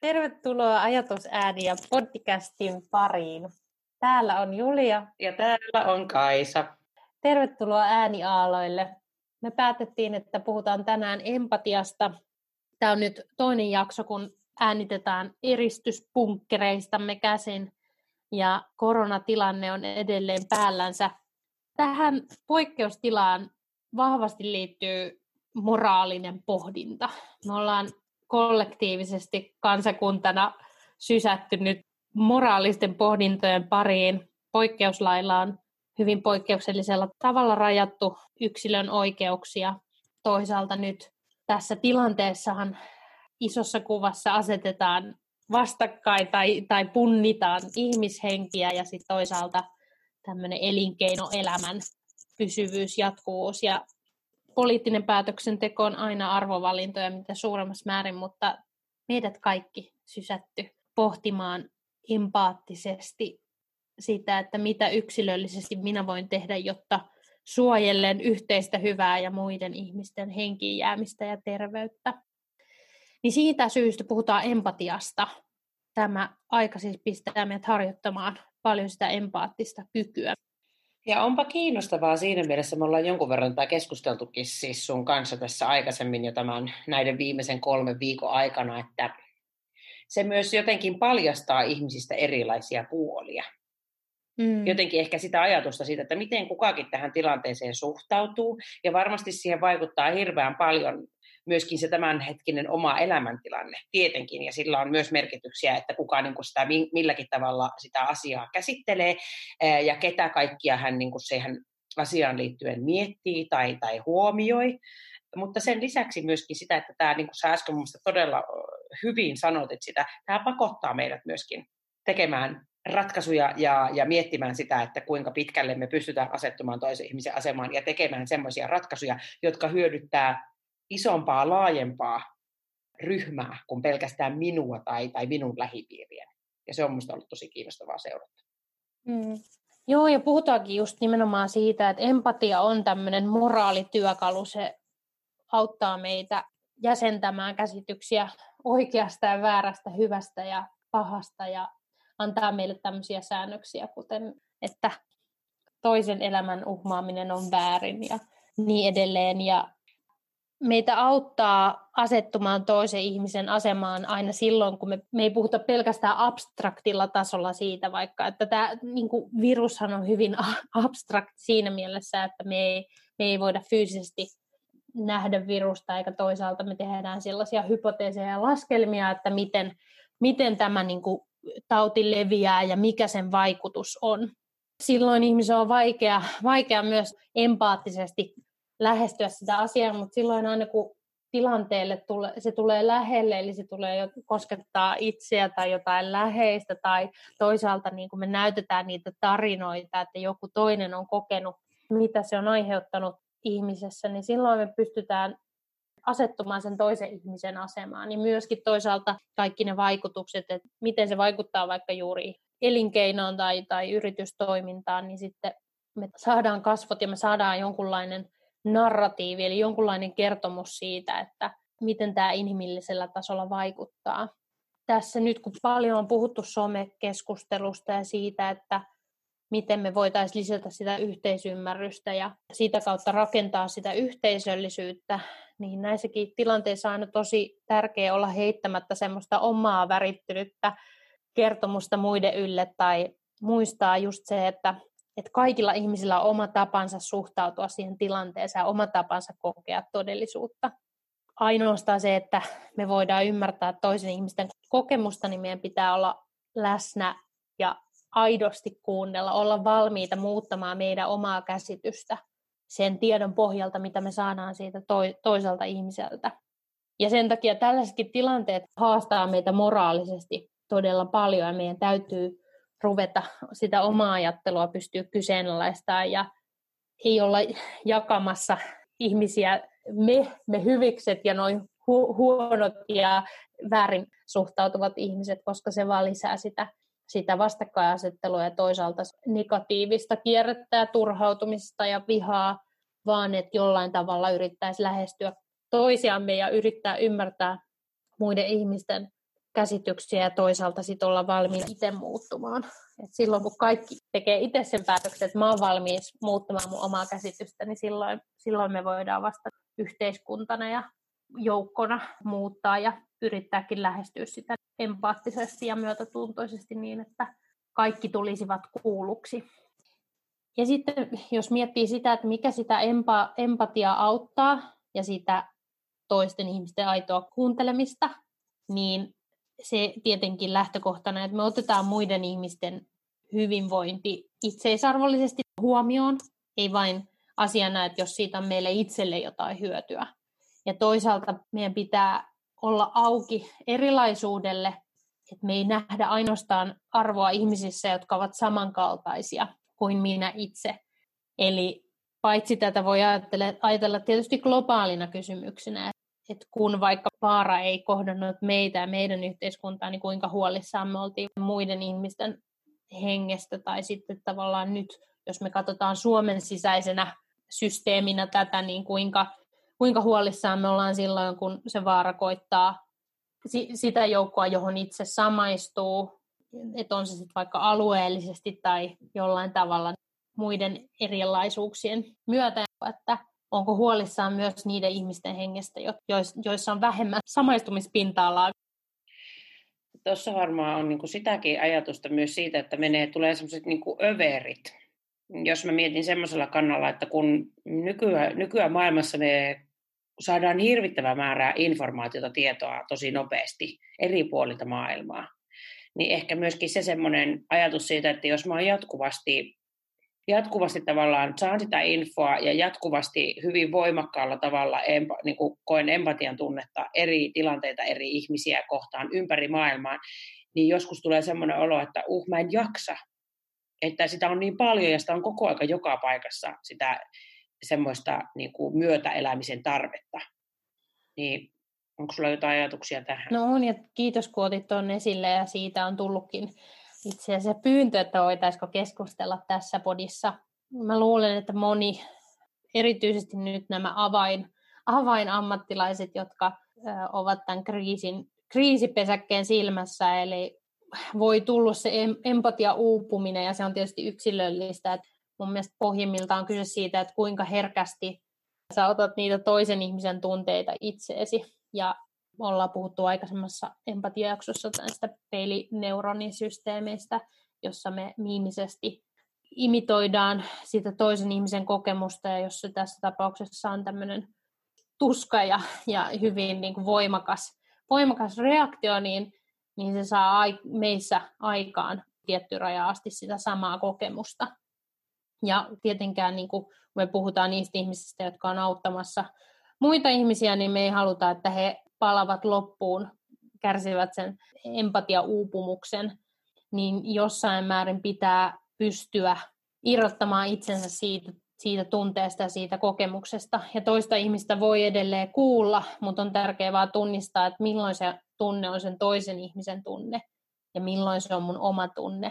Tervetuloa Ajatusääni ja podcastin pariin. Täällä on Julia. Ja täällä on Kaisa. Tervetuloa ääniaaloille. Me päätettiin, että puhutaan tänään empatiasta. Tämä on nyt toinen jakso, kun äänitetään eristyspunkkereistamme käsin. Ja koronatilanne on edelleen päällänsä. Tähän poikkeustilaan vahvasti liittyy moraalinen pohdinta. Me ollaan kollektiivisesti kansakuntana sysätty nyt moraalisten pohdintojen pariin. Poikkeuslailla on hyvin poikkeuksellisella tavalla rajattu yksilön oikeuksia. Toisaalta nyt tässä tilanteessahan isossa kuvassa asetetaan vastakkain tai punnitaan ihmishenkiä ja sitten toisaalta tämmöinen elinkeinoelämän pysyvyys, jatkuvuus ja poliittinen päätöksenteko on aina arvovalintoja mitä suuremmassa määrin, mutta meidät kaikki sysätty pohtimaan empaattisesti sitä, että mitä yksilöllisesti minä voin tehdä, jotta suojellen yhteistä hyvää ja muiden ihmisten henkiin jäämistä ja terveyttä. Niin siitä syystä puhutaan empatiasta. Tämä aika siis pistää meidät harjoittamaan paljon sitä empaattista kykyä. Ja onpa kiinnostavaa siinä mielessä, me ollaan jonkun verran tämä keskusteltukin siis sun kanssa tässä aikaisemmin jo näiden viimeisen 3 viikon aikana, että se myös jotenkin paljastaa ihmisistä erilaisia puolia. Jotenkin ehkä sitä ajatusta siitä, että miten kukakin tähän tilanteeseen suhtautuu, ja varmasti siihen vaikuttaa hirveän paljon myöskin se tämänhetkinen oma elämäntilanne, tietenkin, ja sillä on myös merkityksiä, että kuka niin kuin sitä milläkin tavalla sitä asiaa käsittelee, ja ketä kaikkia hän niin kuin siihen asiaan liittyen miettii tai huomioi, mutta sen lisäksi myöskin sitä, että tämä, niin kuin sä äsken minusta todella hyvin sanotit sitä, tämä pakottaa meidät myöskin tekemään ratkaisuja ja miettimään sitä, että kuinka pitkälle me pystytään asettumaan toisen ihmisen asemaan ja tekemään semmoisia ratkaisuja, jotka hyödyttää isompaa, laajempaa ryhmää kuin pelkästään minua tai minun lähipiiriä. Ja se on minusta ollut tosi kiinnostavaa seurata. Joo, ja puhutaankin just nimenomaan siitä, että empatia on tämmöinen moraalityökalu. Se auttaa meitä jäsentämään käsityksiä oikeasta ja väärästä, hyvästä ja pahasta ja antaa meille tämmöisiä säännöksiä, kuten että toisen elämän uhmaaminen on väärin ja niin edelleen. Ja meitä auttaa asettumaan toisen ihmisen asemaan aina silloin, kun me ei puhuta pelkästään abstraktilla tasolla siitä vaikka, että tämä niin kuin virushan on hyvin abstrakti siinä mielessä, että me ei voida fyysisesti nähdä virusta, eikä toisaalta me tehdään sellaisia hypoteeseja ja laskelmia, että miten tämä niin kuin tauti leviää ja mikä sen vaikutus on. Silloin ihmisen on vaikea myös empaattisesti lähestyä sitä asiaa, mutta silloin aina kun tilanteelle se tulee lähelle, eli se tulee koskettaa itseä tai jotain läheistä, tai toisaalta niin kun me näytetään niitä tarinoita, että joku toinen on kokenut, mitä se on aiheuttanut ihmisessä, niin silloin me pystytään asettumaan sen toisen ihmisen asemaan, niin myöskin toisaalta kaikki ne vaikutukset, että miten se vaikuttaa vaikka juuri elinkeinoon tai yritystoimintaan, niin sitten me saadaan kasvot ja me saadaan jonkunlainen narratiivi, eli jonkunlainen kertomus siitä, että miten tämä inhimillisellä tasolla vaikuttaa. Tässä nyt, kun paljon on puhuttu somekeskustelusta ja siitä, että miten me voitaisiin lisätä sitä yhteisymmärrystä ja siitä kautta rakentaa sitä yhteisöllisyyttä, niin näissäkin tilanteissa on aina tosi tärkeää olla heittämättä semmoista omaa värittynyttä kertomusta muiden ylle tai muistaa just se, että kaikilla ihmisillä on oma tapansa suhtautua siihen tilanteeseen ja oma tapansa kokea todellisuutta. Ainoastaan se, että me voidaan ymmärtää toisen ihmisten kokemusta, niin meidän pitää olla läsnä ja aidosti kuunnella, olla valmiita muuttamaan meidän omaa käsitystä sen tiedon pohjalta, mitä me saadaan siitä toiselta ihmiseltä. Ja sen takia tällaisetkin tilanteet haastaa meitä moraalisesti todella paljon ja meidän täytyy ruveta sitä omaa ajattelua pystyä kyseenalaistamaan ja ei olla jakamassa ihmisiä me hyvikset ja noin huonot ja väärin suhtautuvat ihmiset, koska se vaan lisää sitä vastakkainasettelua ja toisaalta negatiivista kierrettä ja turhautumista ja vihaa, vaan että jollain tavalla yrittäisi lähestyä toisiamme ja yrittää ymmärtää muiden ihmisten käsityksiä ja toisaalta sitten olla valmiina itse muuttumaan. Et silloin kun kaikki tekee itse sen päätöksen, että mä oon valmis muuttamaan mun omaa käsitystä, niin silloin me voidaan vasta yhteiskuntana ja joukkona muuttaa ja yrittääkin lähestyä sitä empaattisesti ja myötätuntoisesti niin, että kaikki tulisivat kuulluksi. Ja sitten jos miettii sitä, että mikä sitä empatiaa auttaa ja sitä toisten ihmisten aitoa kuuntelemista, niin se tietenkin lähtökohtana, että me otetaan muiden ihmisten hyvinvointi itseisarvollisesti huomioon, ei vain asiana, että jos siitä on meille itselle jotain hyötyä. Ja toisaalta meidän pitää olla auki erilaisuudelle, että me ei nähdä ainoastaan arvoa ihmisissä, jotka ovat samankaltaisia kuin minä itse. Eli paitsi tätä voi ajatella tietysti globaalina kysymyksenä, että kun vaikka vaara ei kohdannut meitä ja meidän yhteiskuntaa, niin kuinka huolissaan me oltiin muiden ihmisten hengestä, tai sitten tavallaan nyt, jos me katsotaan Suomen sisäisenä systeeminä tätä, niin kuinka huolissaan me ollaan silloin, kun se vaara koittaa sitä joukkoa, johon itse samaistuu, että on se sitten vaikka alueellisesti tai jollain tavalla muiden erilaisuuksien myötä, että onko huolissaan myös niiden ihmisten hengestä, joissa on vähemmän samaistumispinta-alaa. Tuossa varmaan on niin sitäkin ajatusta myös siitä, että tulee sellaiset niin överit. Jos mä mietin semmoisella kannalla, että kun nykyään maailmassa me saadaan hirvittävää määrää informaatiota, tietoa tosi nopeasti eri puolilta maailmaa, niin ehkä myöskin se semmoinen ajatus siitä, että jos mä oon jatkuvasti tavallaan saan sitä infoa ja jatkuvasti hyvin voimakkaalla tavalla niin koen empatian tunnetta eri tilanteita, eri ihmisiä kohtaan ympäri maailmaa, niin joskus tulee semmoinen olo, että mä en jaksa, että sitä on niin paljon ja sitä on koko aika joka paikassa sitä semmoista niin kuin myötäelämisen tarvetta. Niin onko sulla jotain ajatuksia tähän? No on, ja kiitos kun otit tuon esille, ja siitä on tullutkin itse asiassa pyyntö, että voitaisiko keskustella tässä podissa. Mä luulen, että moni, erityisesti nyt nämä avainammattilaiset, jotka ovat tämän kriisipesäkkeen silmässä, eli voi tulla se empatia uupuminen, ja se on tietysti yksilöllistä. Että mun mielestä pohjimmiltaan on kyse siitä, että kuinka herkästi sä otat niitä toisen ihmisen tunteita itseesi, ja ollaan puhuttu aikaisemmassa empatiajaksossa näistä peilineuroonisysteemeistä, jossa me miimisesti imitoidaan sitä toisen ihmisen kokemusta, ja jos se tässä tapauksessa on tämmöinen tuska ja hyvin niin kuin voimakas reaktio, niin se saa meissä aikaan tietty raja asti sitä samaa kokemusta. Ja tietenkään niin kuin me puhutaan niistä ihmisistä, jotka on auttamassa muita ihmisiä, niin me ei haluta, että he palavat loppuun, kärsivät sen empatiauupumuksen, niin jossain määrin pitää pystyä irrottamaan itsensä siitä tunteesta ja siitä kokemuksesta. Ja toista ihmistä voi edelleen kuulla, mutta on tärkeää vaan tunnistaa, että milloin se tunne on sen toisen ihmisen tunne ja milloin se on mun oma tunne.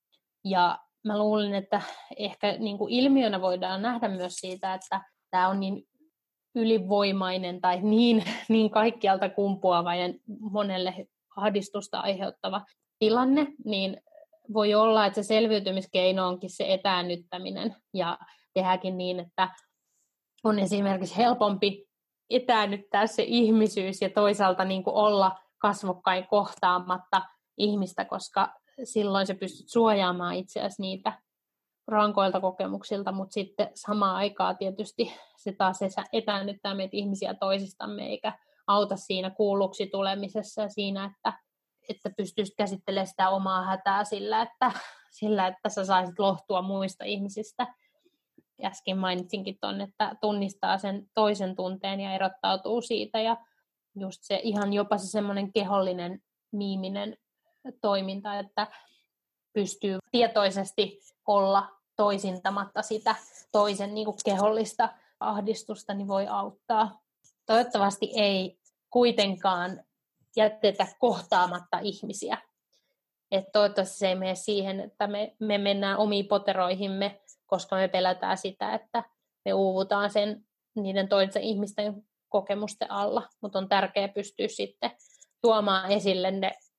Ja mä luulen, että ehkä niin kuin ilmiönä voidaan nähdä myös siitä, että tämä on niin ylivoimainen tai niin kaikkialta kumpuava ja monelle ahdistusta aiheuttava tilanne, niin voi olla, että se selviytymiskeino onkin se etäännyttäminen ja tehdäkin niin, että on esimerkiksi helpompi etäännyttää se ihmisyys ja toisaalta niin kuin olla kasvokkain kohtaamatta ihmistä, koska silloin se pystyt suojaamaan itseäsi niitä rankoilta kokemuksilta, mutta sitten samaan aikaan tietysti se taas etäännyttää meitä ihmisiä toisistamme, eikä auta siinä kuulluksi tulemisessa ja siinä, että pystyisit käsittelemään sitä omaa hätää sillä, että sä saisit lohtua muista ihmisistä. Äsken mainitsinkin tuonne, että tunnistaa sen toisen tunteen ja erottautuu siitä, ja just se ihan jopa se semmoinen kehollinen miiminen toiminta, että pystyy tietoisesti olla toisintamatta sitä toisen niin kuin kehollista ahdistusta, niin voi auttaa. Toivottavasti ei kuitenkaan jätetä kohtaamatta ihmisiä. Että toivottavasti se ei mene siihen, että me mennään omiin poteroihimme, koska me pelätään sitä, että me uuvutaan niiden toisen ihmisten kokemusten alla. Mutta on tärkeää pystyä sitten tuomaan esille ne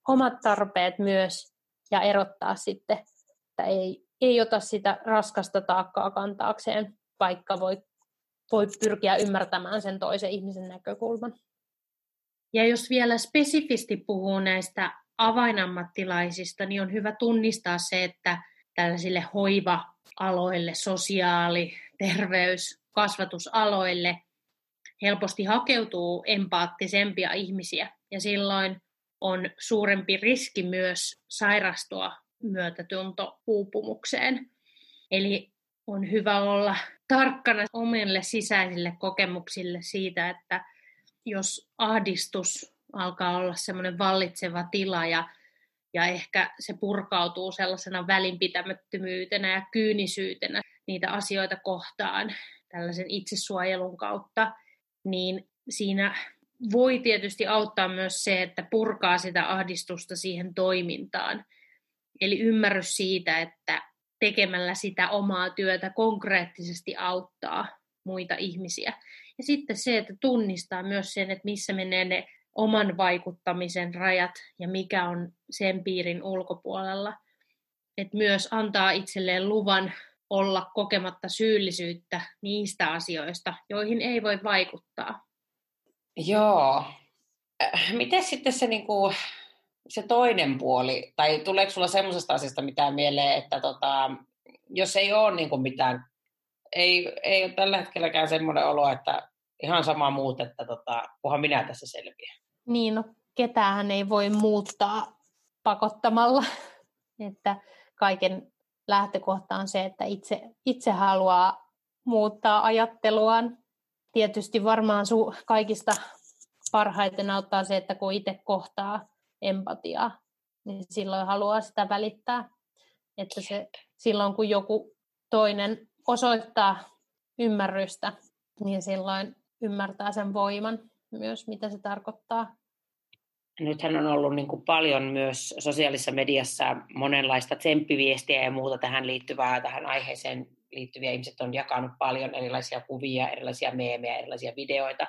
omat tarpeet myös ja erottaa sitten, että ei ota sitä raskasta taakkaa kantaakseen, vaikka voi pyrkiä ymmärtämään sen toisen ihmisen näkökulman. Ja jos vielä spesifisti puhuu näistä avainammattilaisista, niin on hyvä tunnistaa se, että tällaisille hoiva-aloille, sosiaali-, terveys-, kasvatusaloille helposti hakeutuu empaattisempia ihmisiä. Ja silloin on suurempi riski myös sairastua myötätunto-uupumukseen. Eli on hyvä olla tarkkana omille sisäisille kokemuksille siitä, että jos ahdistus alkaa olla semmoinen vallitseva tila ja ehkä se purkautuu sellaisena välinpitämättömyytenä ja kyynisyytenä niitä asioita kohtaan tällaisen itsesuojelun kautta, niin siinä voi tietysti auttaa myös se, että purkaa sitä ahdistusta siihen toimintaan. Eli ymmärrys siitä, että tekemällä sitä omaa työtä konkreettisesti auttaa muita ihmisiä. Ja sitten se, että tunnistaa myös sen, että missä menee ne oman vaikuttamisen rajat ja mikä on sen piirin ulkopuolella. Että myös antaa itselleen luvan olla kokematta syyllisyyttä niistä asioista, joihin ei voi vaikuttaa. Joo. Miten sitten se toinen puoli, tai tuleeko sulla semmoisesta asiasta mitään mieleen, että jos ei ole mitään, ei ole tällä hetkelläkään semmoinen olo, että ihan sama muut, että kunhan minä tässä selviän. Niin, no ketään ei voi muuttaa pakottamalla, että kaiken lähtökohta on se, että itse haluaa muuttaa ajatteluaan. Tietysti varmaan kaikista parhaiten auttaa se, että kun itse kohtaa empatiaa, niin silloin haluaa sitä välittää. Että silloin kun joku toinen osoittaa ymmärrystä, niin silloin ymmärtää sen voiman myös, mitä se tarkoittaa. Nythän on ollut paljon myös sosiaalisessa mediassa monenlaista tsemppiviestiä ja muuta tähän liittyvää, tähän aiheeseen liittyviä. Ihmiset on jakanut paljon erilaisia kuvia, erilaisia meemejä, erilaisia videoita.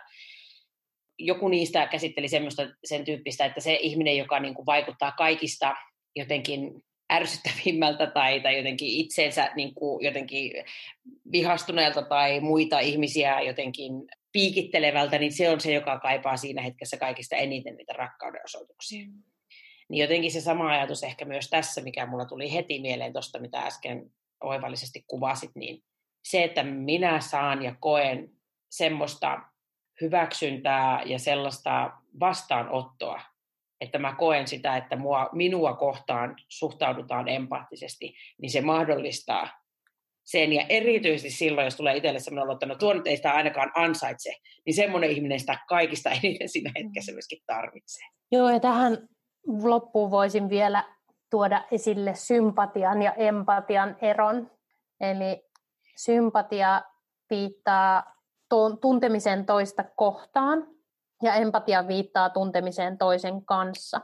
Joku niistä käsitteli sen tyyppistä, että se ihminen, joka vaikuttaa kaikista jotenkin ärsyttävimmältä tai jotenkin itseensä jotenkin vihastuneelta tai muita ihmisiä jotenkin piikittelevältä, niin se on se, joka kaipaa siinä hetkessä kaikista eniten niitä rakkauden osoituksia. Niin jotenkin se sama ajatus ehkä myös tässä, mikä mulla tuli heti mieleen tuosta, mitä äsken oivallisesti kuvasit, niin se, että minä saan ja koen semmoista hyväksyntää ja sellaista vastaanottoa, että mä koen sitä, että minua kohtaan suhtaudutaan empaattisesti, niin se mahdollistaa sen. Ja erityisesti silloin, jos tulee itselle sellainen olo, että no tuo nyt ei sitä ainakaan ansaitse, niin semmoinen ihminen sitä kaikista eniten siinä hetkessä myöskin tarvitsee. Joo, ja tähän loppuun voisin vielä tuoda esille sympatian ja empatian eron. Eli sympatia viittaa tuntemiseen toista kohtaan, ja empatia viittaa tuntemiseen toisen kanssa.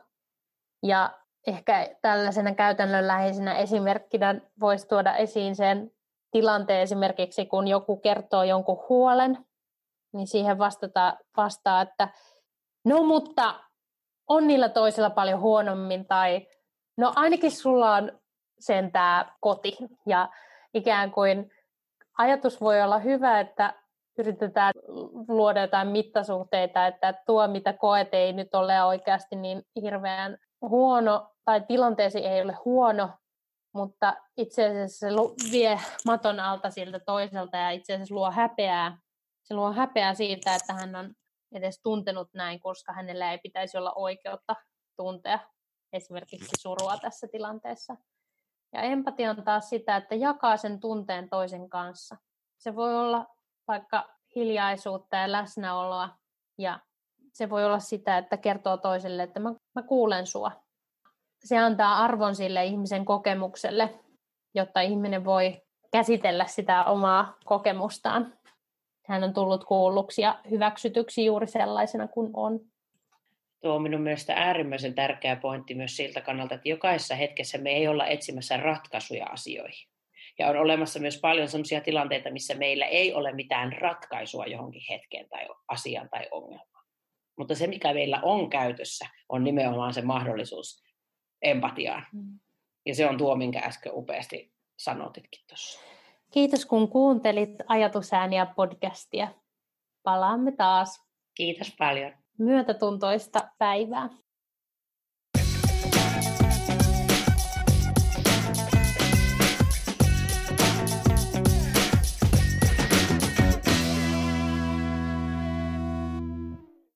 Ja ehkä tällaisena käytännönläheisenä esimerkkinä voisi tuoda esiin sen tilanteen esimerkiksi, kun joku kertoo jonkun huolen, niin siihen vastaa, että no mutta on niillä toisilla paljon huonommin, tai no ainakin sulla on sentään koti. Ja ikään kuin ajatus voi olla hyvä, että yritetään luoda jotain mittasuhteita, että tuo mitä koet ei nyt ole oikeasti niin hirveän huono, tai tilanteesi ei ole huono, mutta itse asiassa se vie maton alta siltä toiselta ja itse asiassa luo häpeää. Se luo häpeää siitä, että hän on edes tuntenut näin, koska hänellä ei pitäisi olla oikeutta tuntea esimerkiksi surua tässä tilanteessa. Ja empatia on taas sitä, että jakaa sen tunteen toisen kanssa. Se voi olla vaikka hiljaisuutta ja läsnäoloa, ja se voi olla sitä, että kertoo toiselle, että mä kuulen sua. Se antaa arvon sille ihmisen kokemukselle, jotta ihminen voi käsitellä sitä omaa kokemustaan. Hän on tullut kuulluksi ja hyväksytyksi juuri sellaisena kuin on. Tuo on minun mielestä äärimmäisen tärkeä pointti myös siltä kannalta, että jokaisessa hetkessä me ei olla etsimässä ratkaisuja asioihin. Ja on olemassa myös paljon sellaisia tilanteita, missä meillä ei ole mitään ratkaisua johonkin hetkeen tai asiaan tai ongelmaan. Mutta se, mikä meillä on käytössä, on nimenomaan se mahdollisuus empatiaan. Ja se on tuo, minkä äsken upeasti sanotitkin tuossa. Kiitos kun kuuntelit Ajatusääniä podcastia. Palaamme taas. Kiitos paljon. Myötätuntoista päivää.